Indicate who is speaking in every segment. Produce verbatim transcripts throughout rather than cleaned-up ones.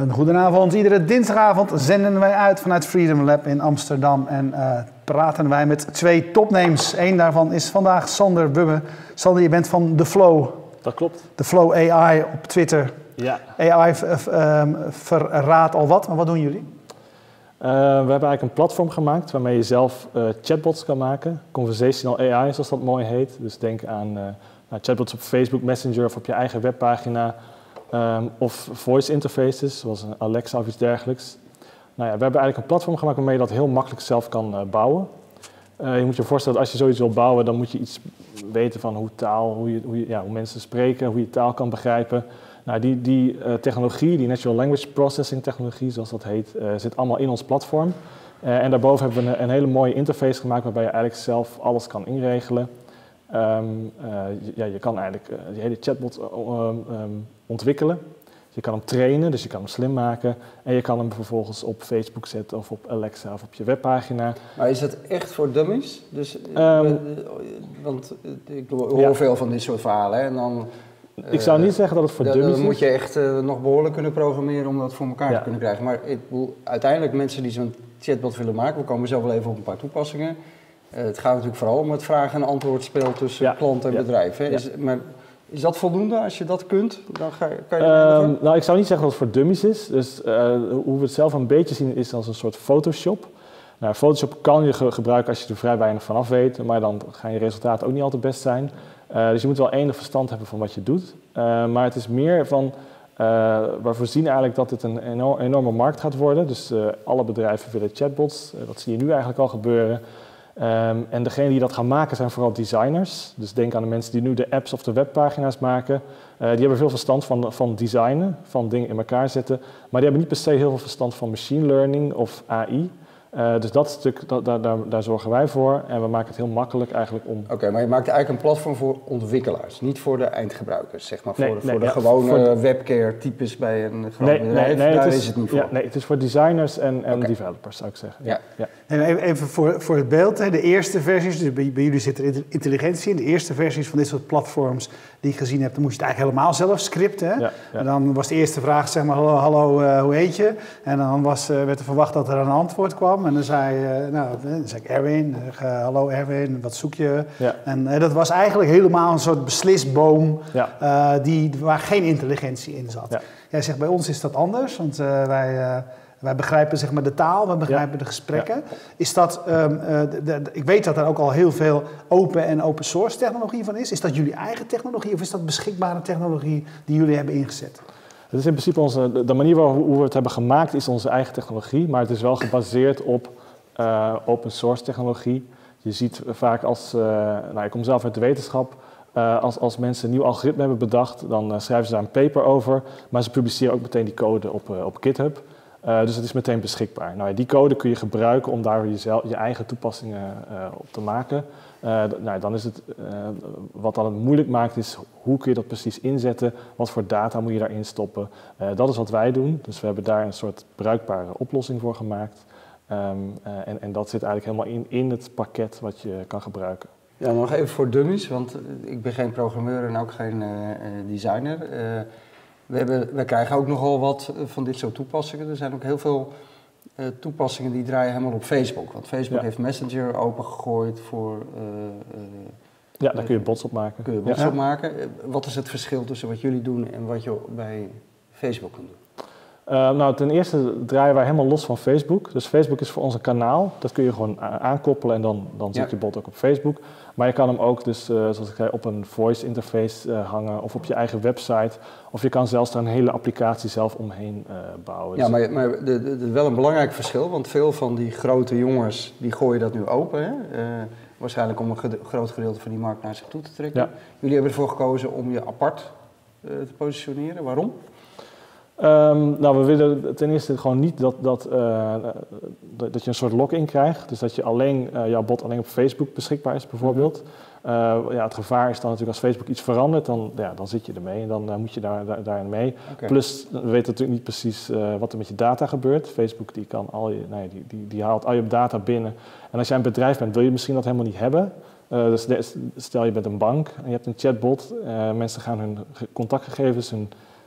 Speaker 1: Een goedenavond. Iedere dinsdagavond zenden wij uit vanuit Freedom Lab in Amsterdam en uh, praten wij met twee topnames. Eén daarvan is vandaag Sander Wubbe. Sander, je bent van The Flow.
Speaker 2: Dat klopt.
Speaker 1: The Flow A I op Twitter.
Speaker 2: Ja.
Speaker 1: A I uh, verraadt al wat, maar wat doen jullie?
Speaker 2: Uh, we hebben eigenlijk een platform gemaakt waarmee je zelf uh, chatbots kan maken. Conversational A I, zoals dat mooi heet. Dus denk aan uh, nou, chatbots op Facebook Messenger of op je eigen webpagina. Um, of voice interfaces, zoals een Alexa of iets dergelijks. Nou ja, we hebben eigenlijk een platform gemaakt waarmee je dat heel makkelijk zelf kan uh, bouwen. Uh, je moet je voorstellen dat als je zoiets wil bouwen, dan moet je iets weten van hoe taal, hoe, je, hoe, je, ja, hoe mensen spreken, hoe je taal kan begrijpen. Nou, die die uh, technologie, die Natural Language Processing technologie, zoals dat heet, uh, zit allemaal in ons platform. Uh, en daarboven hebben we een, een hele mooie interface gemaakt waarbij je eigenlijk zelf alles kan inregelen. Um, uh, ja, je kan eigenlijk uh, die hele chatbot uh, um, ontwikkelen. Je kan hem trainen, dus je kan hem slim maken. En je kan hem vervolgens op Facebook zetten of op Alexa of op je webpagina.
Speaker 3: Maar is dat echt voor dummies? Dus,
Speaker 2: um,
Speaker 3: want ik hoor
Speaker 2: ja.
Speaker 3: veel van dit soort verhalen. Hè? En dan,
Speaker 2: ik zou niet zeggen dat het voor
Speaker 3: uh,
Speaker 2: dummies is.
Speaker 3: Dan moet je echt uh, nog behoorlijk kunnen programmeren om dat voor elkaar
Speaker 2: ja.
Speaker 3: te kunnen krijgen. Maar ik bedoel, uiteindelijk mensen die zo'n chatbot willen maken, we komen zo wel even op een paar toepassingen. Uh, het gaat natuurlijk vooral om het vraag- en antwoordspel tussen ja. klant en ja. bedrijf. Hè? Ja. Is, maar is dat voldoende? Als je dat kunt, dan ga, kan je er
Speaker 2: um, Nou, ik zou niet zeggen dat het voor dummies is. Dus uh, hoe we het zelf een beetje zien is als een soort Photoshop. Nou, Photoshop kan je ge gebruiken als je er vrij weinig van af weet, maar dan gaan je resultaten ook niet altijd best zijn. Uh, dus je moet wel enig verstand hebben van wat je doet. Uh, maar het is meer van, uh, waar we zien eigenlijk dat het een enorm, enorme markt gaat worden. Dus uh, alle bedrijven willen chatbots, uh, dat zie je nu eigenlijk al gebeuren. Um, en degenen die dat gaan maken zijn vooral designers. Dus denk aan de mensen die nu de apps of de webpagina's maken. Uh, die hebben veel verstand van, van designen, van dingen in elkaar zetten. Maar die hebben niet per se heel veel verstand van machine learning of A I. Uh, dus dat stuk, dat, daar, daar, daar zorgen wij voor. En we maken het heel makkelijk eigenlijk om...
Speaker 3: Oké, okay, maar je maakt eigenlijk een platform voor ontwikkelaars. Niet voor de eindgebruikers, zeg maar. Voor,
Speaker 2: nee,
Speaker 3: voor
Speaker 2: nee,
Speaker 3: de
Speaker 2: ja,
Speaker 3: gewone
Speaker 2: voor de...
Speaker 3: webcare-types bij een groot
Speaker 2: nee,
Speaker 3: bedrijf.
Speaker 2: Nee, nee,
Speaker 3: daar
Speaker 2: het
Speaker 3: is,
Speaker 2: is
Speaker 3: het niet voor.
Speaker 2: Ja, nee, het is voor designers en, en okay. developers, zou ik zeggen.
Speaker 3: Ja.
Speaker 2: Ja.
Speaker 1: En even voor, voor het beeld, hè, de eerste versies, dus bij, bij jullie zit er intelligentie in. De eerste versies van dit soort platforms die ik gezien heb, dan moest je het eigenlijk helemaal zelf scripten. Hè? Ja, ja. En dan was de eerste vraag, zeg maar, hallo, hallo uh, hoe heet je? En dan was, uh, werd er verwacht dat er een antwoord kwam. En dan zei, uh, nou, dan zei ik Erwin, uh, hallo Erwin, wat zoek je? Ja. En uh, dat was eigenlijk helemaal een soort beslisboom ja. uh, die, waar geen intelligentie in zat. Ja. Jij zegt, bij ons is dat anders, want uh, wij... Uh, Wij begrijpen zeg maar, de taal, we begrijpen ja. de gesprekken. Ja. Is dat, um, uh, de, de, ik weet dat er ook al heel veel open en open source technologie van is. Is dat jullie eigen technologie of is dat beschikbare technologie die jullie hebben ingezet?
Speaker 2: Het is in principe onze, de manier waarop hoe we het hebben gemaakt is onze eigen technologie. Maar het is wel gebaseerd op uh, open source technologie. Je ziet vaak als, uh, nou ik kom zelf uit de wetenschap. Uh, als, als mensen een nieuw algoritme hebben bedacht, dan uh, schrijven ze daar een paper over. Maar ze publiceren ook meteen die code op, uh, op GitHub. Uh, dus het is meteen beschikbaar. Nou, ja, die code kun je gebruiken om daar jezelf, je eigen toepassingen uh, op te maken. Uh, nou, dan is het, uh, wat dan het moeilijk maakt is, hoe kun je dat precies inzetten? Wat voor data moet je daarin stoppen? Uh, dat is wat wij doen. Dus we hebben daar een soort bruikbare oplossing voor gemaakt. Um, uh, en, en dat zit eigenlijk helemaal in, in het pakket wat je kan gebruiken.
Speaker 3: Ja, nog even voor dummies, want ik ben geen programmeur en ook geen uh, designer. Uh, We, hebben, we krijgen ook nogal wat van dit soort toepassingen. Er zijn ook heel veel uh, toepassingen die draaien helemaal op Facebook. Want Facebook ja. heeft Messenger opengegooid voor... Uh, uh,
Speaker 2: ja, daar kun je bots op maken.
Speaker 3: Kun je bots
Speaker 2: ja.
Speaker 3: op maken. Wat is het verschil tussen wat jullie doen en wat je bij Facebook kunt doen?
Speaker 2: Uh, nou, ten eerste draaien wij helemaal los van Facebook. Dus Facebook is voor ons een kanaal. Dat kun je gewoon aankoppelen en dan, dan zit ja. je bot ook op Facebook. Maar je kan hem ook, dus, uh, zoals ik zei, op een voice interface uh, hangen of op je eigen website. Of je kan zelfs daar een hele applicatie zelf omheen uh, bouwen.
Speaker 3: Ja, maar, maar er is wel een belangrijk verschil, want veel van die grote jongens die gooien dat nu open. Hè? Uh, waarschijnlijk om een gede- groot gedeelte van die markt naar zich toe te trekken. Ja. Jullie hebben ervoor gekozen om je apart uh, te positioneren. Waarom?
Speaker 2: Um, nou, we willen ten eerste gewoon niet dat, dat, uh, dat, dat je een soort lock-in krijgt. Dus dat je alleen, uh, jouw bot alleen op Facebook beschikbaar is bijvoorbeeld. Uh, ja, het gevaar is dan natuurlijk als Facebook iets verandert, dan, ja, dan zit je ermee en dan uh, moet je daar, daar, daarin mee. Okay. Plus, we weten natuurlijk niet precies uh, wat er met je data gebeurt. Facebook die kan al je, nee, die, die, die haalt al je data binnen. En als jij een bedrijf bent, wil je misschien dat helemaal niet hebben. Uh, dus de, stel je bent een bank en je hebt een chatbot. Uh, mensen gaan hun contactgegevens, hun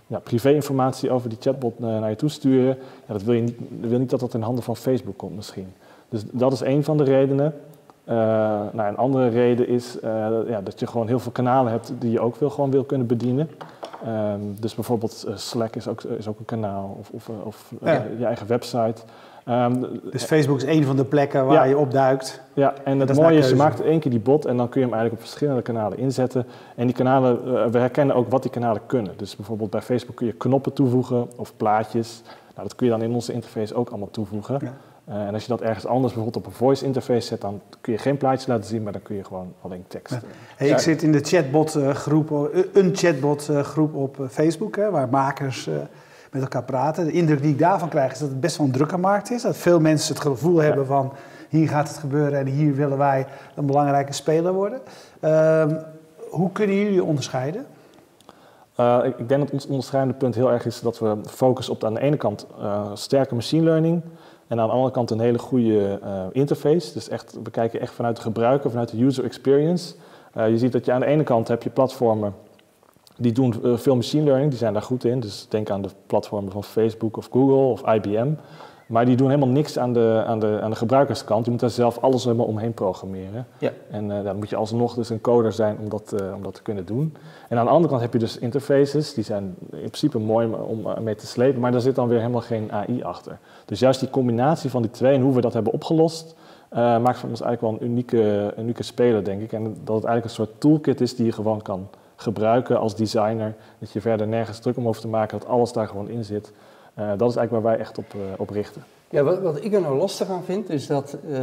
Speaker 2: ja, privé-informatie over die chatbot uh, naar je toe sturen. Ja, dat wil je niet, wil niet dat dat in handen van Facebook komt misschien. Dus dat is een van de redenen. Uh, nou, een andere reden is uh, ja, dat je gewoon heel veel kanalen hebt die je ook wil, gewoon wil kunnen bedienen. Um, dus bijvoorbeeld uh, Slack is ook, is ook een kanaal of, of, of uh, ja. je eigen website. Um,
Speaker 1: dus Facebook is één van de plekken waar ja. je opduikt.
Speaker 2: Ja, en het mooie is, je maakt één keer die bot en dan kun je hem eigenlijk op verschillende kanalen inzetten. En die kanalen, uh, we herkennen ook wat die kanalen kunnen. Dus bijvoorbeeld bij Facebook kun je knoppen toevoegen of plaatjes. Nou, dat kun je dan in onze interface ook allemaal toevoegen. Ja. Uh, en als je dat ergens anders bijvoorbeeld op een voice interface zet, dan kun je geen plaatjes laten zien, maar dan kun je gewoon alleen tekst. Ja.
Speaker 1: Hey, ik zit in de chatbot uh, groep, uh, een chatbot uh, groep op uh, Facebook, hè, waar makers uh, met elkaar praten. De indruk die ik daarvan krijg is dat het best wel een drukke markt is. Dat veel mensen het gevoel hebben ja. van hier gaat het gebeuren en hier willen wij een belangrijke speler worden. Uh, hoe kunnen jullie onderscheiden?
Speaker 2: Uh, ik, ik denk dat ons onderscheidende punt heel erg is dat we focussen op de, aan de ene kant uh, sterke machine learning. En aan de andere kant een hele goede uh, interface. Dus echt, we kijken echt vanuit de gebruiker, vanuit de user experience. Uh, je ziet dat je aan de ene kant heb je platformen die doen uh, veel machine learning, die zijn daar goed in. Dus denk aan de platformen van Facebook of Google of I B M. Maar die doen helemaal niks aan de, aan de, aan de gebruikerskant. Je moet daar zelf alles helemaal omheen programmeren. Ja. En uh, dan moet je alsnog dus een coder zijn om dat, uh, om dat te kunnen doen. En aan de andere kant heb je dus interfaces. Die zijn in principe mooi om uh, mee te slepen, maar daar zit dan weer helemaal geen A I achter. Dus juist die combinatie van die twee en hoe we dat hebben opgelost, uh, maakt van ons eigenlijk wel een unieke, unieke speler, denk ik. En dat het eigenlijk een soort toolkit is die je gewoon kan gebruiken als designer. Dat je verder nergens druk om over te maken, dat alles daar gewoon in zit. Uh, dat is eigenlijk waar wij echt op, uh, op richten.
Speaker 3: Ja, wat, wat ik er nou lastig aan vind, is dat uh,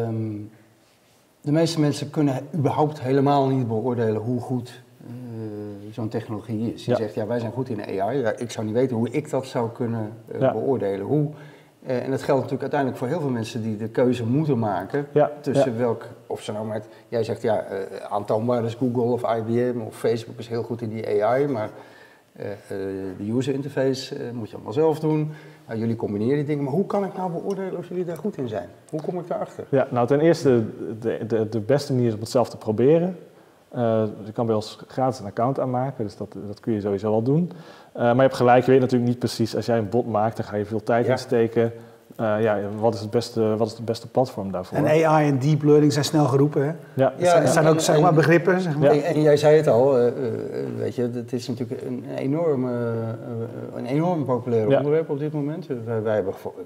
Speaker 3: de meeste mensen kunnen überhaupt helemaal niet beoordelen hoe goed uh, zo'n technologie is. Je ja. zegt, ja, wij zijn goed in A I. Ja, ik zou niet weten hoe ik dat zou kunnen uh, ja. beoordelen. Hoe, uh, en dat geldt natuurlijk uiteindelijk voor heel veel mensen die de keuze moeten maken ja. tussen ja. welk, of ze nou met, jij zegt, ja, uh, aantoonbaar is Google of I B M of Facebook is heel goed in die A I, maar Uh, uh, de user interface uh, moet je allemaal zelf doen. Uh, jullie combineren die dingen, maar hoe kan ik nou beoordelen of jullie daar goed in zijn? Hoe kom ik daarachter?
Speaker 2: Ja, nou ten eerste, de, de, de beste manier is om het zelf te proberen. Uh, je kan bij ons gratis een account aanmaken, dus dat, dat kun je sowieso wel doen. Uh, maar je hebt gelijk, je weet natuurlijk niet precies, als jij een bot maakt, dan ga je veel tijd ja. in steken. Uh, ja, wat is het beste, wat is het beste platform daarvoor?
Speaker 1: En A I en deep learning zijn snel geroepen, hè?
Speaker 2: Ja,
Speaker 1: ja dat zijn en, ook zeg maar, begrippen. Zeg maar.
Speaker 3: Ja. En, en jij zei het al, uh, uh, weet je, het is natuurlijk een enorm, uh, een enorm populair ja. onderwerp op dit moment. Wij, wij hebben uh,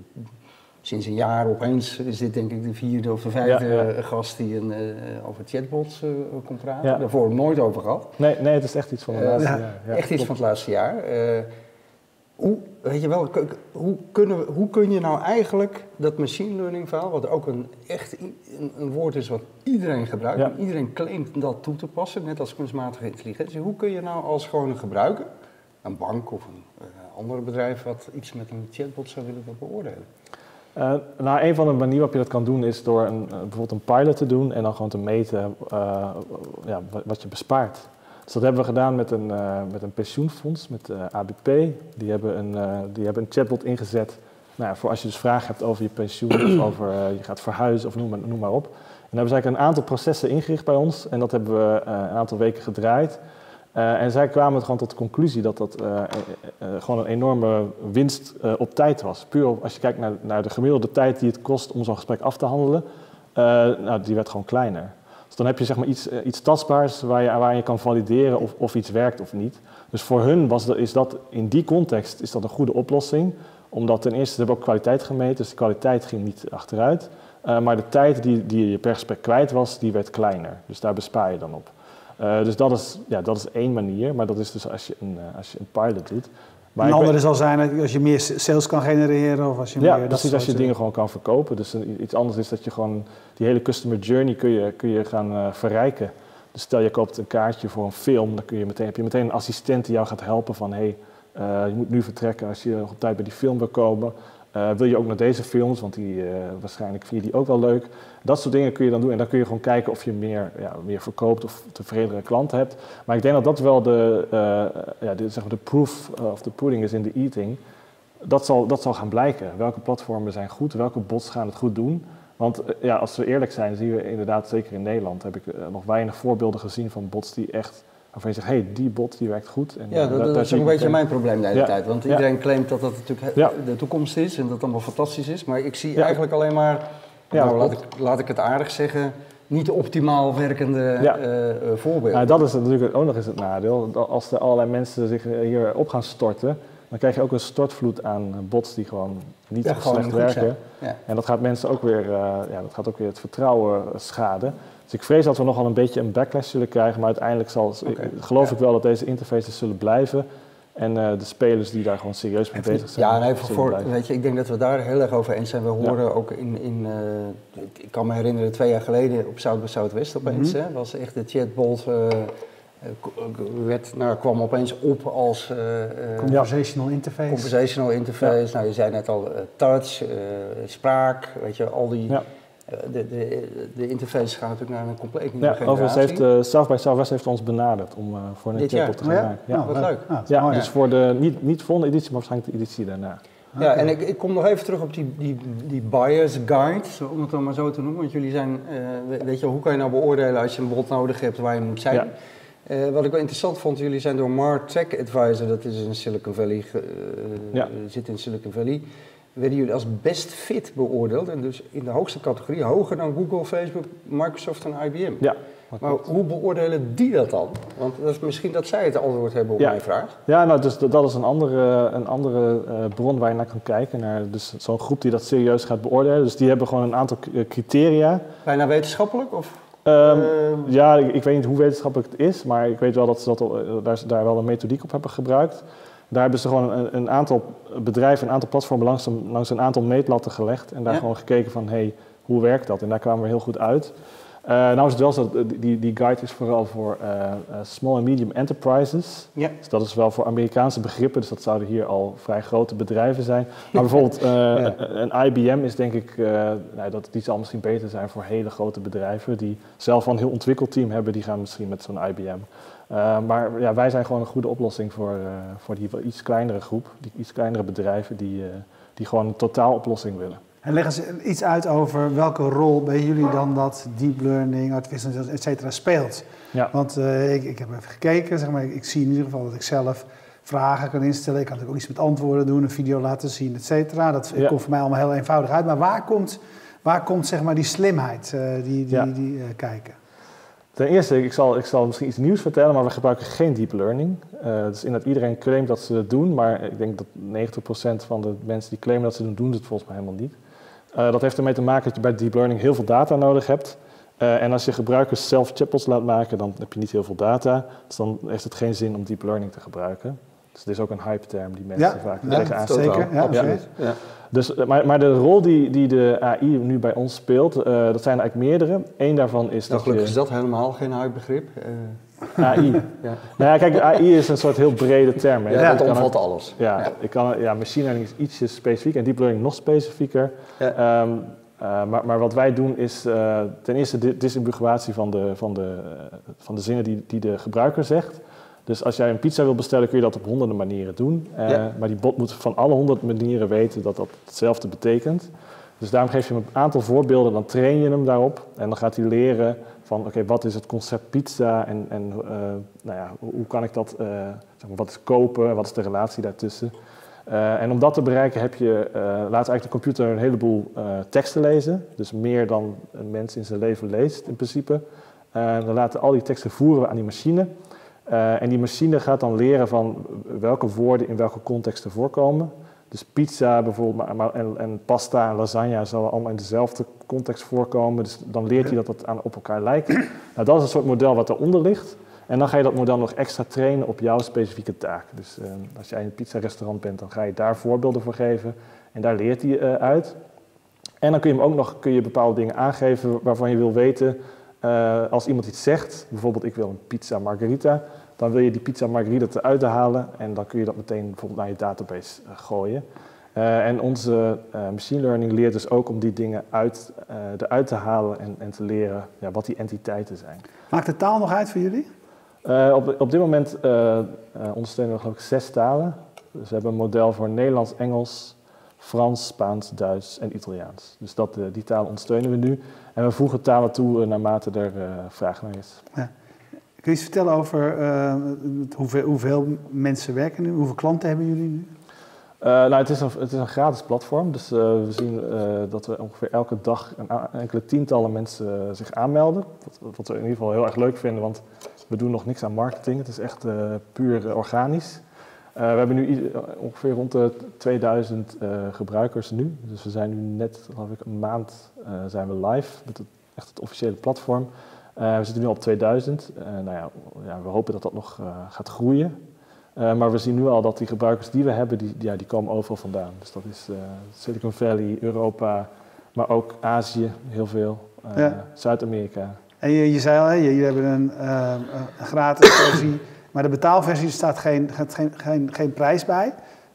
Speaker 3: sinds een jaar opeens, is dit denk ik de vierde of de vijfde ja, ja. gast die een, uh, over chatbots uh, komt praten. Ja. Daarvoor nooit over gehad.
Speaker 2: Nee, nee, het is echt iets van het laatste uh, jaar.
Speaker 3: Ja, echt iets van het laatste jaar. Uh, Hoe, weet je wel, hoe, kunnen we, hoe kun je nou eigenlijk dat machine learning verhaal, wat ook een echt een, een woord is wat iedereen gebruikt, ja. en iedereen claimt dat toe te passen, net als kunstmatige intelligentie. Hoe kun je nou als gewone gebruiker, een bank of een uh, ander bedrijf wat iets met een chatbot zou willen beoordelen?
Speaker 2: Uh, nou, een van de manieren waarop je dat kan doen is door een, uh, bijvoorbeeld een pilot te doen en dan gewoon te meten uh, ja, wat je bespaart. Dus dat hebben we gedaan met een, uh, met een pensioenfonds, met uh, A B P. Die hebben, een, uh, die hebben een chatbot ingezet nou ja, voor als je dus vragen hebt over je pensioen of over uh, je gaat verhuizen of noem maar, noem maar op. En dan hebben ze eigenlijk een aantal processen ingericht bij ons en dat hebben we uh, een aantal weken gedraaid. Uh, en zij kwamen gewoon tot de conclusie dat dat uh, uh, uh, gewoon een enorme winst uh, op tijd was. Puur als je kijkt naar, naar de gemiddelde tijd die het kost om zo'n gesprek af te handelen, uh, nou, die werd gewoon kleiner. Dus dan heb je zeg maar iets, uh, iets tastbaars waar je, waar je kan valideren of, of iets werkt of niet. Dus voor hun was dat, is dat in die context is dat een goede oplossing. Omdat ten eerste, ze hebben ook kwaliteit gemeten, dus de kwaliteit ging niet achteruit. Uh, maar de tijd die, die je per gesprek kwijt was, die werd kleiner. Dus daar bespaar je dan op. Uh, dus dat is, ja, dat is één manier, maar dat is dus als je een, uh, als je een pilot doet. Maar
Speaker 1: een andere zal zijn als je meer sales kan genereren of als je
Speaker 2: ja,
Speaker 1: meer...
Speaker 2: precies, als je dingen gewoon kan verkopen. Dus een, iets anders is dat je gewoon die hele customer journey kun je, kun je gaan uh, verrijken. Dus stel je koopt een kaartje voor een film, dan kun je meteen, heb je meteen een assistent die jou gaat helpen van hé, hey, uh, je moet nu vertrekken als je nog op tijd bij die film wil komen. Uh, wil je ook naar deze films, want die, uh, waarschijnlijk vind je die ook wel leuk. Dat soort dingen kun je dan doen en dan kun je gewoon kijken of je meer, ja, meer verkoopt of tevredenere klanten hebt. Maar ik denk dat dat wel de, uh, ja, de, zeg maar de proof of the pudding is in the eating. Dat zal, dat zal gaan blijken. Welke platformen zijn goed, welke bots gaan het goed doen. Want uh, ja, als we eerlijk zijn, zien we inderdaad, zeker in Nederland, heb ik uh, nog weinig voorbeelden gezien van bots die echt waarvan je zegt, hé, hey, die bot die werkt goed. En,
Speaker 3: ja, dat,
Speaker 2: dat,
Speaker 3: dat is ook een beetje mijn probleem de hele
Speaker 2: ja.
Speaker 3: tijd. Want iedereen
Speaker 2: ja.
Speaker 3: claimt dat dat natuurlijk
Speaker 2: ja.
Speaker 3: de toekomst is en dat het allemaal fantastisch is. Maar ik zie
Speaker 2: ja.
Speaker 3: eigenlijk alleen maar,
Speaker 2: ja,
Speaker 3: nou, laat, ik, laat ik het aardig zeggen, niet optimaal werkende ja. uh, uh, voorbeelden.
Speaker 2: Nou, dat is natuurlijk ook nog eens het nadeel. Als er allerlei mensen zich hier op gaan storten, dan krijg je ook een stortvloed aan bots die gewoon niet ja, gewoon slecht werken. Ja. En dat gaat mensen ook weer, uh, ja, dat gaat ook weer het vertrouwen schaden. Dus ik vrees dat we nogal een beetje een backlash zullen krijgen, maar uiteindelijk zal, okay. geloof ja. ik wel dat deze interfaces zullen blijven. En uh, de spelers die daar gewoon serieus mee bezig zijn.
Speaker 3: Ja, nee, voor, weet je, ik denk dat we daar heel erg over eens zijn. We horen ja. ook in, in uh, ik kan me herinneren, twee jaar geleden op South by Southwest opeens, mm-hmm. hè, was echt de chatbot, uh, werd, nou, kwam opeens op als... Uh,
Speaker 1: conversational interface.
Speaker 3: Conversational interface, ja. nou je zei net al, uh, touch, uh, spraak, weet je, al die... Ja. De, de, de interface gaat natuurlijk naar een compleet nieuwe
Speaker 2: ja,
Speaker 3: generatie.
Speaker 2: Overigens heeft uh, South by Southwest heeft ons benaderd om uh, voor een chatbot te gaan
Speaker 3: ja?
Speaker 2: maken.
Speaker 3: Ja, oh, wat leuk.
Speaker 2: Ja, ja, ja, dus ja. voor de, niet, niet volgende editie, maar waarschijnlijk de editie daarna.
Speaker 3: Ja, okay. En ik, ik kom nog even terug op die, die, die bias guide, om het dan maar zo te noemen. Want jullie zijn, uh, weet je, hoe kan je nou beoordelen als je een bot nodig hebt waar je moet zijn? Ja. Uh, wat ik wel interessant vond, jullie zijn door Martech Advisor, dat is in Silicon Valley, uh, ja. zit in Silicon Valley, werden jullie als best fit beoordeeld en dus in de hoogste categorie, hoger dan Google, Facebook, Microsoft en I B M.
Speaker 2: Ja,
Speaker 3: maar hoe beoordelen die dat dan? Want dat is misschien dat zij het antwoord hebben op
Speaker 2: ja.
Speaker 3: mijn vraag.
Speaker 2: Ja, nou, dus dat is een andere, een andere uh, bron waar je naar kan kijken. Naar dus zo'n groep die dat serieus gaat beoordelen. Dus die hebben gewoon een aantal criteria.
Speaker 3: Bijna wetenschappelijk? Of?
Speaker 2: Um, uh, ja, ik, ik weet niet hoe wetenschappelijk het is, maar ik weet wel dat ze dat, uh, daar, daar wel een methodiek op hebben gebruikt. Daar hebben ze gewoon een, een aantal bedrijven, een aantal platformen langs een, langs een aantal meetlatten gelegd. En daar ja. gewoon gekeken van, hé, hey, hoe werkt dat? En daar kwamen we heel goed uit. Uh, nou is het wel zo, die, die guide is vooral voor uh, uh, small and medium enterprises. Ja. Dus dat is wel voor Amerikaanse begrippen, dus dat zouden hier al vrij grote bedrijven zijn. Maar bijvoorbeeld uh, ja. een, een I B M is denk ik, uh, nou, dat, die zal misschien beter zijn voor hele grote bedrijven. Die zelf al een heel ontwikkelteam hebben, die gaan misschien met zo'n I B M. Uh, maar ja, wij zijn gewoon een goede oplossing voor, uh, voor die iets kleinere groep, die iets kleinere bedrijven die, uh, die gewoon een totaaloplossing willen.
Speaker 1: En leg eens iets uit over welke rol bij jullie dan dat deep learning, artificial intelligence, et cetera speelt. Ja. Want uh, ik, ik heb even gekeken, zeg maar, ik, ik zie in ieder geval dat ik zelf vragen kan instellen. Ik kan natuurlijk ook iets met antwoorden doen, een video laten zien, et cetera. Dat ja. komt voor mij allemaal heel eenvoudig uit. Maar waar komt, waar komt zeg maar die slimheid uh, die, die, ja. die uh, kijken?
Speaker 2: Ten eerste, ik zal, ik zal misschien iets nieuws vertellen, maar we gebruiken geen deep learning. Uh, dus in dat iedereen claimt dat ze het doen, maar ik denk dat negentig procent van de mensen die claimen dat ze het doen, doen het volgens mij helemaal niet. Uh, dat heeft ermee te maken dat je bij deep learning heel veel data nodig hebt. Uh, en als je gebruikers zelf chatbots laat maken, dan heb je niet heel veel data. Dus dan heeft het geen zin om deep learning te gebruiken. Dus het is ook een hype-term die mensen ja, vaak
Speaker 1: ja,
Speaker 2: tegen aanstaan.
Speaker 1: Zeker, ja, absoluut.
Speaker 2: Ja. Ja. Dus, maar, maar de rol die, die de A I nu bij ons speelt, uh, dat zijn eigenlijk meerdere. Eén daarvan is
Speaker 3: nou,
Speaker 2: dat
Speaker 3: gelukkig
Speaker 2: je...
Speaker 3: is dat helemaal geen hype-begrip. Uh...
Speaker 2: A I. Ja. Nou ja, kijk, A I is een soort heel brede term. Hè.
Speaker 3: Ja, dat omvat het, alles.
Speaker 2: Ja, ja. Ik kan, ja, machine learning is ietsje specifiek en deep learning nog specifieker. Ja. Um, uh, maar, maar wat wij doen is uh, ten eerste de disambiguatie van de, van de, uh, van de zinnen die, die de gebruiker zegt. Dus als jij een pizza wil bestellen, kun je dat op honderden manieren doen. Uh, ja. Maar die bot moet van alle honderd manieren weten dat dat hetzelfde betekent. Dus daarom geef je hem een aantal voorbeelden, dan train je hem daarop. En dan gaat hij leren van, oké, okay, wat is het concept pizza en, en uh, nou ja, hoe, hoe kan ik dat, uh, zeg maar, wat is kopen, wat is de relatie daartussen. Uh, en om dat te bereiken heb je, uh, laat eigenlijk de computer een heleboel uh, teksten lezen. Dus meer dan een mens in zijn leven leest in principe. Uh, dan laten al die teksten voeren we aan die machine. Uh, en die machine gaat dan leren van welke woorden in welke contexten voorkomen. Dus pizza bijvoorbeeld maar, maar, en, en pasta en lasagne zullen allemaal in dezelfde context voorkomen. Dus dan leert hij dat het aan, op elkaar lijkt. Nou, dat is een soort model wat eronder ligt. En dan ga je dat model nog extra trainen op jouw specifieke taak. Dus uh, als jij in een pizzarestaurant bent, dan ga je daar voorbeelden voor geven. En daar leert hij uh, uit. En dan kun je hem ook nog kun je bepaalde dingen aangeven waarvan je wil weten... Uh, als iemand iets zegt, bijvoorbeeld ik wil een pizza margherita... dan wil je die pizza margherita eruit halen en dan kun je dat meteen bijvoorbeeld naar je database uh, gooien. Uh, en onze uh, machine learning leert dus ook om die dingen uit, uh, eruit te halen en, en te leren ja, wat die entiteiten zijn.
Speaker 1: Maakt de taal nog uit voor jullie?
Speaker 2: Uh, op, op dit moment uh, uh, ondersteunen we geloof ik zes talen. Dus we hebben een model voor Nederlands, Engels, Frans, Spaans, Duits en Italiaans. Dus dat, uh, die talen ondersteunen we nu. En we voegen talen toe uh, naarmate er uh, vraag naar is.
Speaker 1: Ja. Kun je iets vertellen over uh, hoeveel, hoeveel mensen werken nu? Hoeveel klanten hebben jullie nu?
Speaker 2: Uh, nou, het is, een, het is een gratis platform, dus uh, we zien uh, dat we ongeveer elke dag een enkele tientallen mensen uh, zich aanmelden. Wat, wat we in ieder geval heel erg leuk vinden, want we doen nog niks aan marketing. Het is echt uh, puur uh, organisch. Uh, we hebben nu ongeveer rond de tweeduizend uh, gebruikers nu. Dus we zijn nu net, geloof ik, een maand uh, zijn we live met het, echt het officiële platform. Uh, we zitten nu op tweeduizend. Uh, nou ja, ja, we hopen dat dat nog uh, gaat groeien. Uh, maar we zien nu al dat die gebruikers die we hebben, die, ja, die komen overal vandaan. Dus dat is uh, Silicon Valley, Europa, maar ook Azië heel veel, uh, ja. Zuid-Amerika.
Speaker 1: En je, je zei al, jullie hebben een, uh, een gratis versie, maar de betaalversie staat geen, geen, geen, geen prijs bij.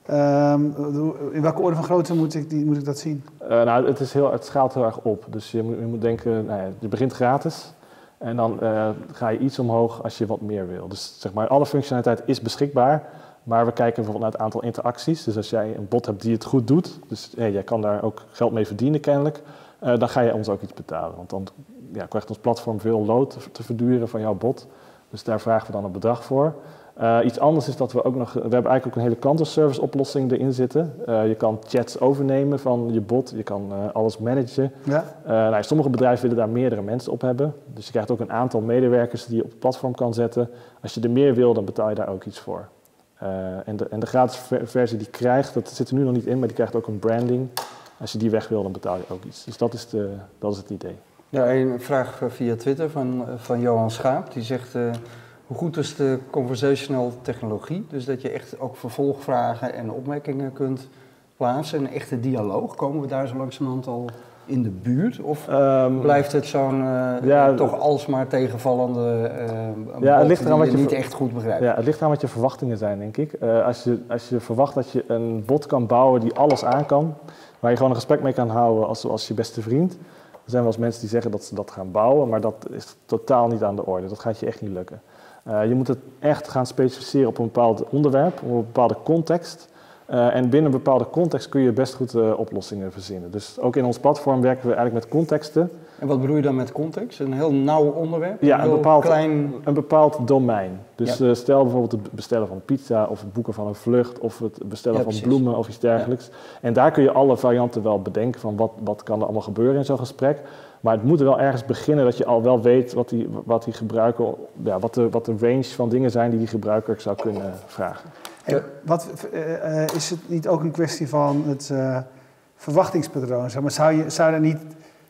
Speaker 1: Um, in welke orde van grootte moet ik, die, moet ik dat zien?
Speaker 2: Uh, nou, het, is heel, het schaalt heel erg op. Dus je moet, je moet denken, nou ja, je begint gratis. En dan uh, ga je iets omhoog als je wat meer wil. Dus zeg maar, alle functionaliteit is beschikbaar. Maar we kijken bijvoorbeeld naar het aantal interacties. Dus als jij een bot hebt die het goed doet, dus hey, jij kan daar ook geld mee verdienen kennelijk, uh, dan ga je ons ook iets betalen. Want dan ja, krijgt ons platform veel lood te, te verduren van jouw bot. Dus daar vragen we dan een bedrag voor. Uh, iets anders is dat we ook nog, we hebben eigenlijk ook een hele klantenservice oplossing erin zitten. Uh, je kan chats overnemen van je bot, je kan uh, alles managen. Ja. Uh, nou, sommige bedrijven willen daar meerdere mensen op hebben. Dus je krijgt ook een aantal medewerkers die je op het platform kan zetten. Als je er meer wil, dan betaal je daar ook iets voor. Uh, en, de, en de gratis versie die krijgt, dat zit er nu nog niet in, maar die krijgt ook een branding. Als je die weg wil, dan betaal je ook iets. Dus dat is, de, dat is het idee.
Speaker 3: Ja, een vraag via Twitter van, van Johan Schaap. Die zegt, uh, hoe goed is de conversational technologie? Dus dat je echt ook vervolgvragen en opmerkingen kunt plaatsen. Een echte dialoog. Komen we daar zo langzamerhand al in de buurt? Of um, blijft het zo'n uh, ja, toch alsmaar tegenvallende uh,
Speaker 2: ja, het ligt eraan
Speaker 3: die
Speaker 2: wat
Speaker 3: je
Speaker 2: je
Speaker 3: niet echt goed begrijpt?
Speaker 2: Ja, het ligt eraan wat je verwachtingen zijn, denk ik. Uh, als, je, als je verwacht dat je een bot kan bouwen die alles aan kan, waar je gewoon een gesprek mee kan houden als, als je beste vriend. Er zijn wel eens mensen die zeggen dat ze dat gaan bouwen, maar dat is totaal niet aan de orde. Dat gaat je echt niet lukken. Uh, je moet het echt gaan specificeren op een bepaald onderwerp, op een bepaalde context. Uh, en binnen een bepaalde context kun je best goed uh, oplossingen verzinnen. Dus ook in ons platform werken we eigenlijk met contexten.
Speaker 3: En wat bedoel je dan met context? Een heel nauw onderwerp?
Speaker 2: Ja,
Speaker 3: een,
Speaker 2: een, bepaald,
Speaker 3: klein...
Speaker 2: een bepaald domein. Dus
Speaker 3: ja.
Speaker 2: uh, stel bijvoorbeeld het bestellen van pizza of het boeken van een vlucht of het bestellen ja, van precies. bloemen of iets dergelijks. Ja. En daar kun je alle varianten wel bedenken van wat, wat kan er allemaal gebeuren in zo'n gesprek. Maar het moet er wel ergens beginnen dat je al wel weet wat die, wat die gebruiker, ja, wat de, wat de range van dingen zijn die die gebruiker zou kunnen vragen.
Speaker 1: Hey, wat, uh, is het niet ook een kwestie van het uh, verwachtingspatroon? Zeg maar, zou je, zou er niet...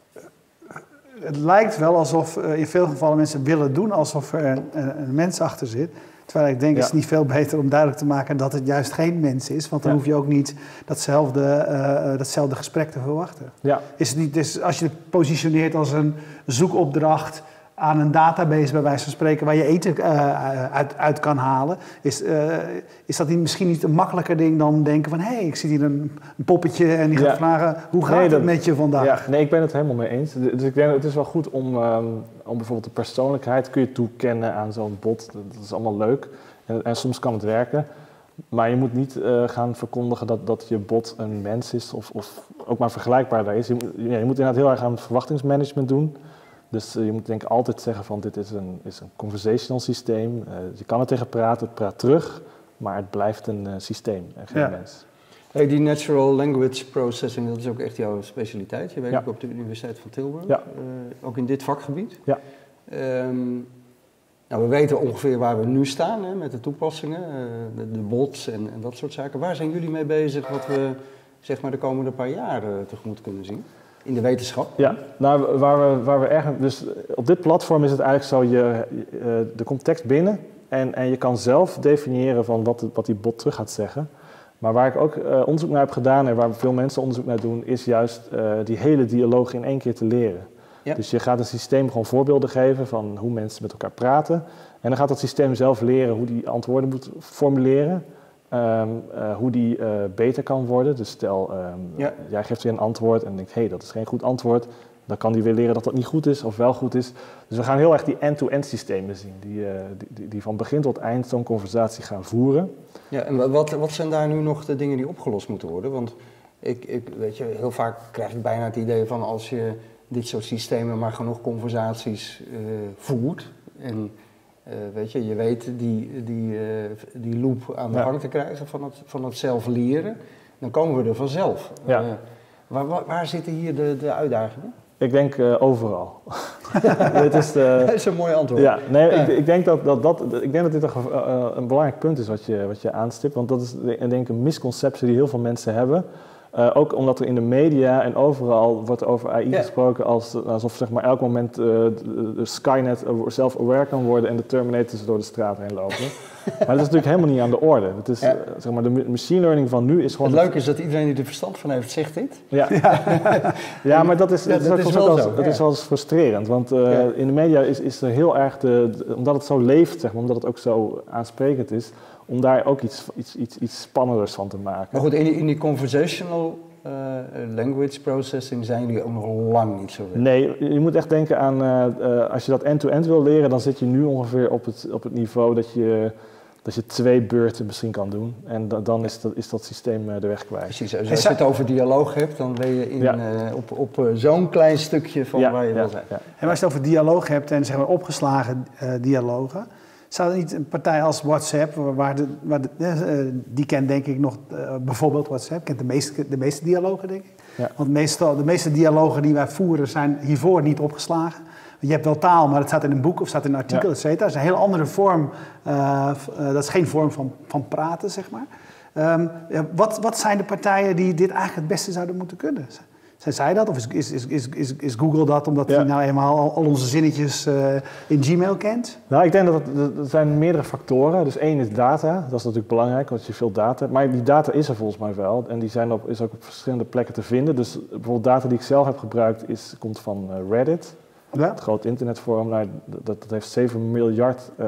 Speaker 1: Het lijkt wel alsof uh, in veel gevallen mensen willen doen alsof er een, een, een mens achter zit. Terwijl ik denk, ja. is het niet veel beter om duidelijk te maken dat het juist geen mens is. Want dan ja. hoef je ook niet datzelfde, uh, datzelfde gesprek te verwachten. Ja. Is het niet, dus als je het positioneert als een zoekopdracht aan een database bij wijze van spreken waar je eten uh, uit, uit kan halen, is, uh, is dat niet, misschien niet een makkelijker ding dan denken van hé, hey, ik zie hier een, een poppetje en die gaat ja. vragen hoe gaat nee, dat, het met je vandaag?
Speaker 2: Ja, nee, ik ben het helemaal mee eens. Dus ik denk het is wel goed om, um, om bijvoorbeeld de persoonlijkheid kun je toekennen aan zo'n bot. Dat is allemaal leuk en, en soms kan het werken. Maar je moet niet uh, gaan verkondigen dat, dat je bot een mens is of, of ook maar vergelijkbaar daar is. Je, ja, je moet inderdaad heel erg aan verwachtingsmanagement doen. Dus uh, je moet denk ik altijd zeggen van dit is een, is een conversational systeem. Uh, je kan er tegen praten, het praat terug, maar het blijft een uh, systeem en geen ja. mens.
Speaker 3: Hey, die natural language processing, dat is ook echt jouw specialiteit. Je werkt ja. ook op de Universiteit van Tilburg, ja. uh, ook in dit vakgebied. Ja. Um, nou, we weten ongeveer waar we nu staan hè, met de toepassingen, uh, de, de bots en, en dat soort zaken. Waar zijn jullie mee bezig wat we zeg maar, de komende paar jaren tegemoet kunnen zien? In de wetenschap?
Speaker 2: Ja, nou, waar we, waar we erg, dus op dit platform is het eigenlijk zo, je, je, er komt tekst binnen en, en je kan zelf definiëren van wat, wat die bot terug gaat zeggen. Maar waar ik ook uh, onderzoek naar heb gedaan en waar veel mensen onderzoek naar doen, is juist uh, die hele dialoog in één keer te leren. Ja. Dus je gaat het systeem gewoon voorbeelden geven van hoe mensen met elkaar praten. En dan gaat het systeem zelf leren hoe die antwoorden moet formuleren. Um, uh, hoe die uh, beter kan worden. Dus stel, um, ja. jij geeft weer een antwoord en denkt, hé, hey, dat is geen goed antwoord. Dan kan die weer leren dat dat niet goed is of wel goed is. Dus we gaan heel erg die end-to-end systemen zien. Die, uh, die, die, die van begin tot eind zo'n conversatie gaan voeren.
Speaker 3: Ja, en wat, wat zijn daar nu nog de dingen die opgelost moeten worden? Want ik, ik, weet je, heel vaak krijg ik bijna het idee van als je dit soort systemen maar genoeg conversaties uh, voert en Uh, weet je, je weet die, die, uh, die loop aan de ja. gang te krijgen van het, van het zelf leren. Dan komen we er vanzelf. Ja. Uh, waar, waar, waar zitten hier de, de uitdagingen?
Speaker 2: Ik denk uh, overal. dit is de,
Speaker 3: dat is een mooi antwoord.
Speaker 2: Ja, nee, ja. Ik, ik, denk dat, dat, dat, ik denk dat dit een, uh, een belangrijk punt is wat je, wat je aanstipt. Want dat is denk ik een misconceptie die heel veel mensen hebben. Uh, ook omdat er in de media en overal wordt over A I ja. gesproken als, alsof zeg maar, elk moment uh, de, de Skynet self-aware kan worden en de Terminators door de straat heen lopen. Maar dat is natuurlijk helemaal niet aan de orde. Het is, ja. uh, zeg maar, de machine learning van nu is gewoon...
Speaker 3: Het leuke is dat iedereen die er verstand van heeft, zegt dit.
Speaker 2: Ja, ja. ja maar dat is, ja, dat, dat is, wel, wel, zo, dat ja. is wel eens frustrerend. Want uh, ja. in de media is, is er heel erg, de, de, omdat het zo leeft, zeg maar, omdat het ook zo aansprekend is, om daar ook iets, iets, iets, iets spannenders van te maken.
Speaker 3: Maar goed, in die, in die conversational uh, language processing zijn jullie ook nog lang niet zo ver.
Speaker 2: Nee, je moet echt denken aan, uh, uh, als je dat end-to-end wil leren, dan zit je nu ongeveer op het, op het niveau dat je, dat je twee beurten misschien kan doen. En da, dan is dat, is dat systeem uh, de weg kwijt.
Speaker 3: Precies, als je het over dialoog hebt, dan ben je in, ja. uh, op, op uh, zo'n klein stukje van ja, waar je ja, wil zijn. Ja.
Speaker 1: En als je het over dialoog hebt en zeg maar opgeslagen uh, dialogen, zou er niet een partij als WhatsApp, waar de, waar de, uh, die kent denk ik nog, uh, bijvoorbeeld WhatsApp, kent de meeste, de meeste dialogen denk ik. Ja. Want meestal, de meeste dialogen die wij voeren zijn hiervoor niet opgeslagen. Je hebt wel taal, maar het staat in een boek of staat in een artikel, ja. et cetera. Dat is een heel andere vorm, uh, uh, dat is geen vorm van, van praten, zeg maar. Um, ja, wat, wat zijn de partijen die dit eigenlijk het beste zouden moeten kunnen? Zijn zij dat? Of is, is, is, is, is Google dat omdat hij ja. nou eenmaal al, al onze zinnetjes uh, in Gmail kent?
Speaker 2: Nou, ik denk dat het, er zijn meerdere factoren. Dus één is data. Dat is natuurlijk belangrijk, want je veel data hebt. Maar die data is er volgens mij wel. En die zijn op, is ook op verschillende plekken te vinden. Dus bijvoorbeeld data die ik zelf heb gebruikt is, komt van uh, Reddit. Ja. Het grote internetforum. Nou, dat, dat heeft zeven miljard uh,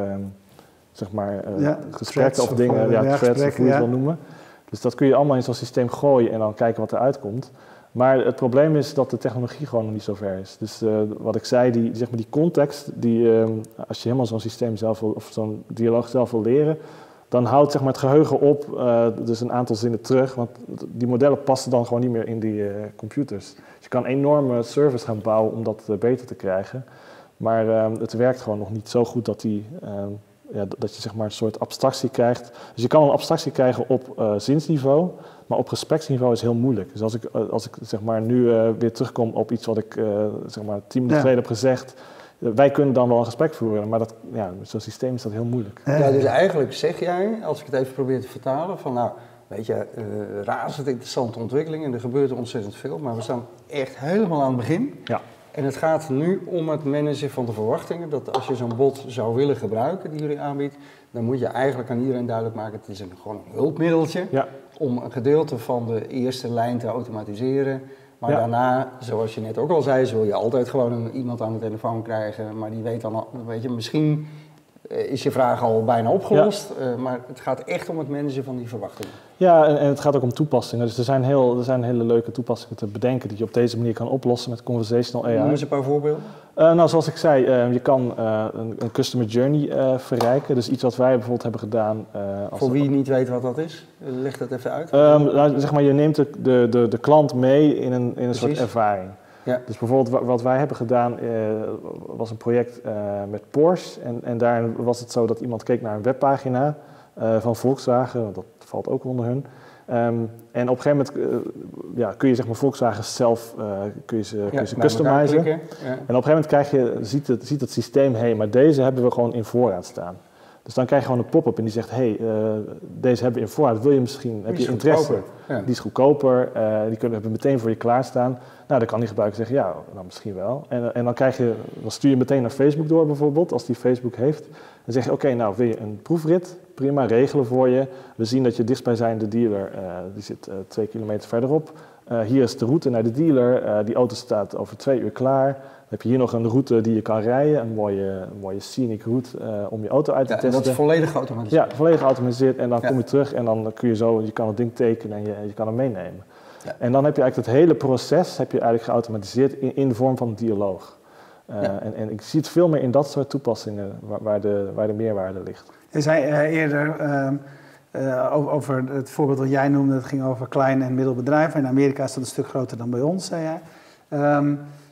Speaker 2: zeg maar, uh, ja, gesprekken of dingen. Of, ja, ja, threads, of hoe je het wil noemen. Dus dat kun je allemaal in zo'n systeem gooien en dan kijken wat eruit komt. Maar het probleem is dat de technologie gewoon nog niet zo ver is. Dus uh, wat ik zei, die, zeg maar die context, die, uh, als je helemaal zo'n systeem zelf wil, of zo'n dialoog zelf wil leren, dan houdt zeg maar, het geheugen op, uh, dus een aantal zinnen terug, want die modellen passen dan gewoon niet meer in die uh, computers. Dus je kan enorme servers gaan bouwen om dat uh, beter te krijgen, maar uh, het werkt gewoon nog niet zo goed dat die... Uh, Ja, dat je zeg maar, een soort abstractie krijgt. Dus je kan een abstractie krijgen op uh, zinsniveau, maar op gespreksniveau is heel moeilijk. Dus als ik, uh, als ik zeg maar, nu uh, weer terugkom op iets wat ik uh, zeg maar, tien minuten ja. geleden heb gezegd, uh, wij kunnen dan wel een gesprek voeren, maar dat, ja, met zo'n systeem is dat heel moeilijk.
Speaker 3: Ja, dus eigenlijk zeg jij, als ik het even probeer te vertalen, van nou, weet je, uh, razend interessante ontwikkeling en er gebeurt ontzettend veel, maar we staan echt helemaal aan het begin.
Speaker 2: Ja.
Speaker 3: En het gaat nu om het managen van de verwachtingen. Dat als je zo'n bot zou willen gebruiken die jullie aanbiedt, dan moet je eigenlijk aan iedereen duidelijk maken, het is een, gewoon een hulpmiddeltje ja. om een gedeelte van de eerste lijn te automatiseren. Maar ja. daarna, zoals je net ook al zei, zul je altijd gewoon een, iemand aan de telefoon krijgen. Maar die weet dan al, weet je, misschien is je vraag al bijna opgelost. Ja. Uh, maar het gaat echt om het managen van die verwachtingen.
Speaker 2: Ja, en, en het gaat ook om toepassingen. Dus er zijn, heel, er zijn hele leuke toepassingen te bedenken die je op deze manier kan oplossen met conversational A I.
Speaker 3: Noem eens een paar voorbeelden.
Speaker 2: Uh, nou, zoals ik zei, uh, je kan uh, een, een customer journey uh, verrijken. Dus iets wat wij bijvoorbeeld hebben gedaan. Uh,
Speaker 3: als Voor wie niet weet wat dat is, leg dat even uit.
Speaker 2: Um, nou, zeg maar, je neemt de, de, de, de klant mee in een, in een soort ervaring.
Speaker 3: Ja.
Speaker 2: Dus bijvoorbeeld wat wij hebben gedaan uh, was een project uh, met Porsche. En, en daarin was het zo dat iemand keek naar een webpagina uh, van Volkswagen, want dat valt ook onder hun. Um, en op een gegeven moment uh, ja, kun je zeg maar Volkswagen zelf uh, kun je ze, ja, kun je ze customizen. Ja. En op een gegeven moment krijg je, ziet, het, ziet het systeem, hé, hey, maar deze hebben we gewoon in voorraad staan. Dus dan krijg je gewoon een pop-up en die zegt, hé, hey, uh, deze hebben we in voorraad, wil je misschien, heb je interesse? Ja. Die is goedkoper, uh, die kunnen we meteen voor je klaarstaan. Nou, dan kan die gebruiker zeggen, ja, nou misschien wel. En, en dan, krijg je, dan stuur je meteen naar Facebook door bijvoorbeeld, als die Facebook heeft. Dan zeg je, oké, okay, nou wil je een proefrit? Prima, regelen voor je. We zien dat je dichtstbijzijnde dealer, uh, die zit uh, twee kilometer verderop. Uh, hier is de route naar de dealer, uh, die auto staat over twee uur klaar. Dan heb je hier nog een route die je kan rijden, een mooie, een mooie scenic route uh, om je auto uit te
Speaker 3: ja,
Speaker 2: testen.
Speaker 3: En dat is volledig geautomatiseerd?
Speaker 2: Ja, volledig geautomatiseerd en dan ja. kom je terug en dan kun je zo, je kan het ding tekenen en je, je kan hem meenemen. Ja. En dan heb je eigenlijk het hele proces heb je eigenlijk geautomatiseerd in, in de vorm van een dialoog. Uh, ja. en, en ik zie het veel meer in dat soort toepassingen waar, waar, de, waar de meerwaarde ligt.
Speaker 1: Je zei uh, eerder uh, uh, over, over het voorbeeld dat jij noemde, het ging over klein en middelbedrijven. In Amerika is dat een stuk groter dan bij ons, zei jij. Um,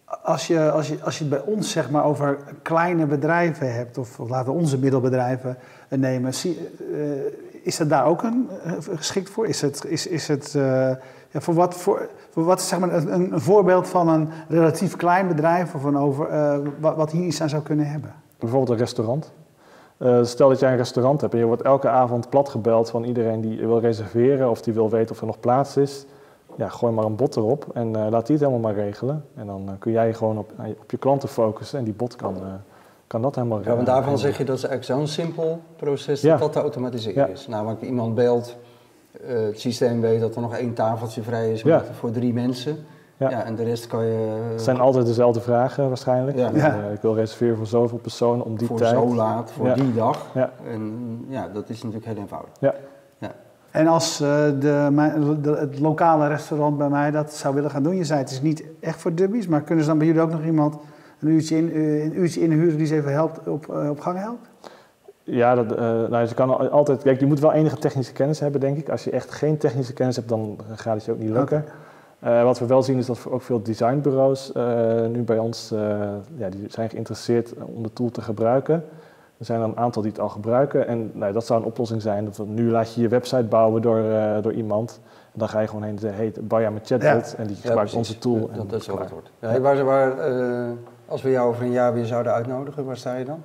Speaker 1: Als je, als, je, als je het bij ons zeg maar, over kleine bedrijven hebt, of, of laten we onze middelbedrijven nemen, zie, uh, is het daar ook een, uh, geschikt voor? Is het, is, is het uh, ja, voor wat, voor, voor wat zeg maar, een, een voorbeeld van een relatief klein bedrijf of een over, uh, wat, wat hier iets aan zou kunnen hebben?
Speaker 2: Bijvoorbeeld een restaurant. Uh, stel dat jij een restaurant hebt en je wordt elke avond platgebeld van iedereen die wil reserveren of die wil weten of er nog plaats is. Ja, gooi maar een bot erop en uh, laat die het helemaal maar regelen. En dan uh, kun jij gewoon op, op je klanten focussen en die bot kan, uh, kan dat helemaal regelen.
Speaker 3: Ja, want daarvan zeg je dat is eigenlijk zo'n simpel proces dat
Speaker 2: ja.
Speaker 3: dat te automatiseren ja. is. Namelijk iemand belt, uh, het systeem weet dat er nog één tafeltje vrij is ja. voor drie mensen. Ja. ja, en de rest kan je...
Speaker 2: Het zijn altijd dezelfde vragen waarschijnlijk. Ja. Ja. Uh, ik wil reserveren voor zoveel personen om die
Speaker 3: voor
Speaker 2: tijd.
Speaker 3: Voor zo laat, voor
Speaker 2: ja.
Speaker 3: die dag.
Speaker 2: Ja.
Speaker 3: En ja, dat is natuurlijk heel eenvoudig.
Speaker 2: Ja.
Speaker 3: Ja.
Speaker 1: En als uh, de, de, het lokale restaurant bij mij dat zou willen gaan doen, je zei het is niet echt voor dubbies, maar kunnen ze dan bij jullie ook nog iemand een uurtje, in, uh, een uurtje inhuren die ze even helpt, op, uh, op gang helpt?
Speaker 2: Ja, dat, uh, nou, je kan altijd, kijk, je moet wel enige technische kennis hebben, denk ik. Als je echt geen technische kennis hebt, dan gaat het je ook niet lukken. Okay. Uh, wat we wel zien is dat ook veel designbureaus uh, nu bij ons uh, ja, die zijn geïnteresseerd om de tool te gebruiken. Er zijn er een aantal die het al gebruiken en nou, dat zou een oplossing zijn. Dat nu laat je je website bouwen door, uh, door iemand. En dan ga je gewoon heen en zeggen, hey, bouw jij mijn chatbot ja. en die gebruikt ja, onze tool.
Speaker 3: Ja, dat, dat is wel het woord. Ja, ja. Waar, waar, uh, als we jou over een jaar weer zouden uitnodigen, waar sta je dan?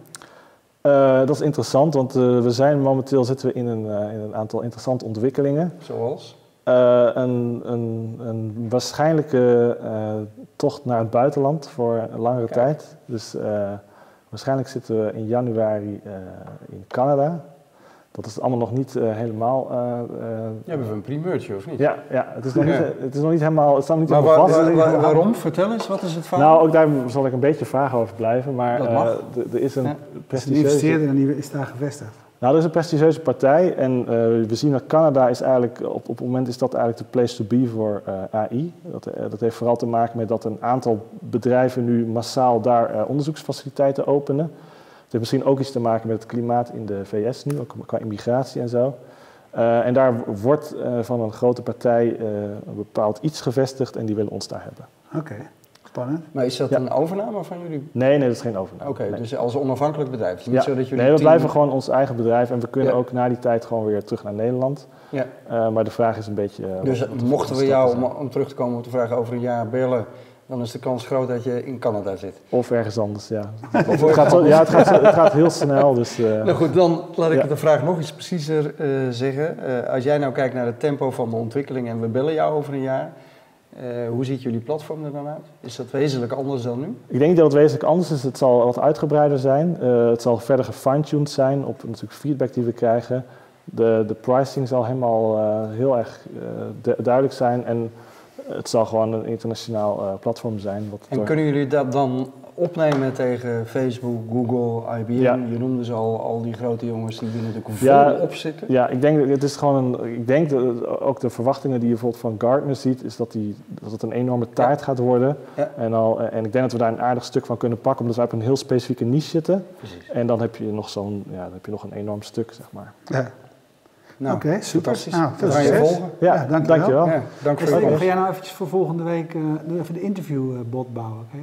Speaker 2: Uh, dat is interessant, want uh, we zijn momenteel zitten we in een, uh, in een aantal interessante ontwikkelingen.
Speaker 3: Zoals?
Speaker 2: Uh, een, een, een waarschijnlijke uh, tocht naar het buitenland voor een langere Kijk. tijd. Dus uh, waarschijnlijk zitten we in januari uh, in Canada. Dat is allemaal nog niet uh, helemaal... Uh, uh,
Speaker 3: ja, hebben we een primeurtje of niet?
Speaker 2: Ja, ja het, is nog niet, het is nog niet helemaal, het staat nog niet
Speaker 3: maar
Speaker 2: helemaal
Speaker 3: waar,
Speaker 2: vast.
Speaker 3: Waar, waar, waarom? Vertel eens, wat is het verhaal?
Speaker 2: Nou, ook daar zal ik een beetje vragen over blijven. Maar uh, er is een
Speaker 1: ja.
Speaker 2: prestigieuze...
Speaker 1: Een investeerder en die is daar gevestigd.
Speaker 2: Nou, dat is een prestigieuze partij en uh, we zien dat Canada is eigenlijk, op, op het moment is dat eigenlijk de place to be voor uh, A I. Dat, uh, dat heeft vooral te maken met dat een aantal bedrijven nu massaal daar uh, onderzoeksfaciliteiten openen. Het heeft misschien ook iets te maken met het klimaat in de V S nu, ook qua immigratie en zo. Uh, en daar wordt uh, van een grote partij uh, een bepaald iets gevestigd en die willen ons daar hebben.
Speaker 1: Oké. Okay. Spannend.
Speaker 3: Maar is dat ja. een overname van jullie?
Speaker 2: Nee, nee, dat is geen overname.
Speaker 3: Oké, okay,
Speaker 2: nee.
Speaker 3: dus als onafhankelijk bedrijf. Het is niet
Speaker 2: ja.
Speaker 3: zo dat jullie
Speaker 2: nee, we
Speaker 3: team...
Speaker 2: blijven gewoon ons eigen bedrijf en we kunnen ja. ook na die tijd gewoon weer terug naar Nederland.
Speaker 3: Ja.
Speaker 2: Uh, maar de vraag is een beetje... Uh,
Speaker 3: dus wat, mochten we jou, om, om terug te komen op de vraag over een jaar bellen, dan is de kans groot dat je in Canada zit.
Speaker 2: Of ergens anders, ja. Of het gaat zo, ja, het gaat, het gaat heel snel, dus... Uh,
Speaker 3: nou goed, dan laat ik
Speaker 2: ja.
Speaker 3: de vraag nog iets preciezer uh, zeggen. Uh, als jij nou kijkt naar het tempo van de ontwikkeling en we bellen jou over een jaar, Uh, hoe ziet jullie platform er dan uit? Is dat wezenlijk anders dan nu?
Speaker 2: Ik denk dat het wezenlijk anders is. Het zal wat uitgebreider zijn. Uh, het zal verder gefine-tuned zijn op natuurlijk feedback die we krijgen. De, de pricing zal helemaal uh, heel erg uh, du- duidelijk zijn. En het zal gewoon een internationaal uh, platform zijn. Wat
Speaker 3: en
Speaker 2: door...
Speaker 3: kunnen jullie dat dan opnemen tegen Facebook, Google, I B M? Ja. Je noemde ze al, al die grote jongens die er natuurlijk vol
Speaker 2: ja,
Speaker 3: op zitten.
Speaker 2: Ja, ik denk, het is gewoon een, ik denk dat ook de verwachtingen die je bijvoorbeeld van Gartner ziet, is dat, die, dat het een enorme taart ja. gaat worden. Ja. En, al, en ik denk dat we daar een aardig stuk van kunnen pakken, omdat we op een heel specifieke niche zitten.
Speaker 3: Precies.
Speaker 2: En dan heb je nog zo'n, ja, dan heb je nog een enorm stuk, zeg maar.
Speaker 1: Ja. Nou, Oké, okay, super.
Speaker 3: Nou, veel succes. Je volgen.
Speaker 2: Ja, ja dank je wel. Ja,
Speaker 3: dank voor
Speaker 1: je Ga jij nou eventjes voor volgende week uh, even de interviewbot bouwen? Okay?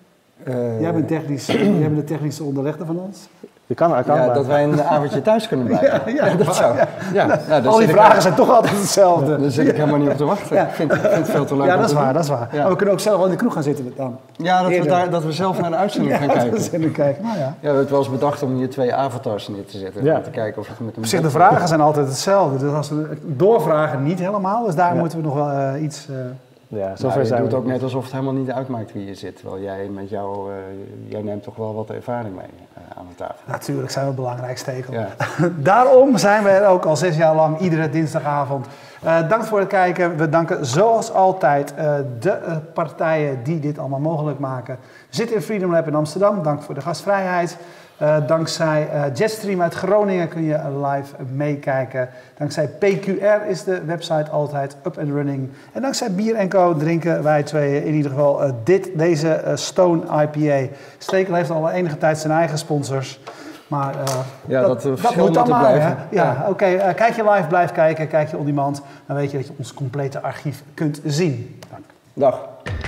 Speaker 1: Uh, jij, bent technisch, jij bent de technische onderlegger van ons.
Speaker 2: Je kan, kan
Speaker 3: ja, dat wij een avondje thuis kunnen blijven.
Speaker 1: ja, ja,
Speaker 3: dat zou. Ja. Ja, nou,
Speaker 1: al die vragen ik, zijn toch altijd hetzelfde.
Speaker 3: Daar zit ik helemaal niet op te wachten. Ja. Ik vind, ik vind het veel te leuk.
Speaker 1: Ja, dat is waar, dat is waar. Ja. Maar we kunnen ook zelf wel in de kroeg gaan zitten dan.
Speaker 3: Ja, dat we, daar, dat we zelf naar de uitzending
Speaker 1: ja,
Speaker 3: gaan kijken.
Speaker 1: Uitzending kijken. Nou, ja.
Speaker 3: Ja, we hebben wel eens bedacht om hier twee avatars neer te zetten. Ja. Om te kijken of het met een...
Speaker 1: Op zich, de vragen zijn altijd hetzelfde. Dus als we doorvragen niet helemaal. Dus daar ja. moeten we nog wel uh, iets... Uh,
Speaker 3: Ja, zover nou, je zijn doet we ook net alsof het helemaal niet uitmaakt wie je zit. Terwijl jij met jou, uh, jij neemt toch wel wat ervaring mee uh, aan de tafel.
Speaker 1: Natuurlijk zijn we belangrijk stakeholder. Ja. Daarom zijn we er ook al zes jaar lang, iedere dinsdagavond. Uh, dank voor het kijken. We danken zoals altijd uh, de uh, partijen die dit allemaal mogelijk maken. We zitten in Freedom Lab in Amsterdam. Dank voor de gastvrijheid. Uh, dankzij uh, Jetstream uit Groningen kun je live meekijken. Dankzij P Q R is de website altijd up and running. En dankzij Bier en Co drinken wij tweeën in ieder geval uh, dit, deze uh, Stone I P A. Stekel heeft al enige tijd zijn eigen sponsors. Maar uh,
Speaker 3: ja, dat, dat,
Speaker 1: dat moet allemaal.
Speaker 3: Blijven.
Speaker 1: Ja, ja. Oké. Okay, uh, kijk je live, blijf kijken. Kijk je on demand. Dan weet je dat je ons complete archief kunt zien. Dank.
Speaker 3: Dag.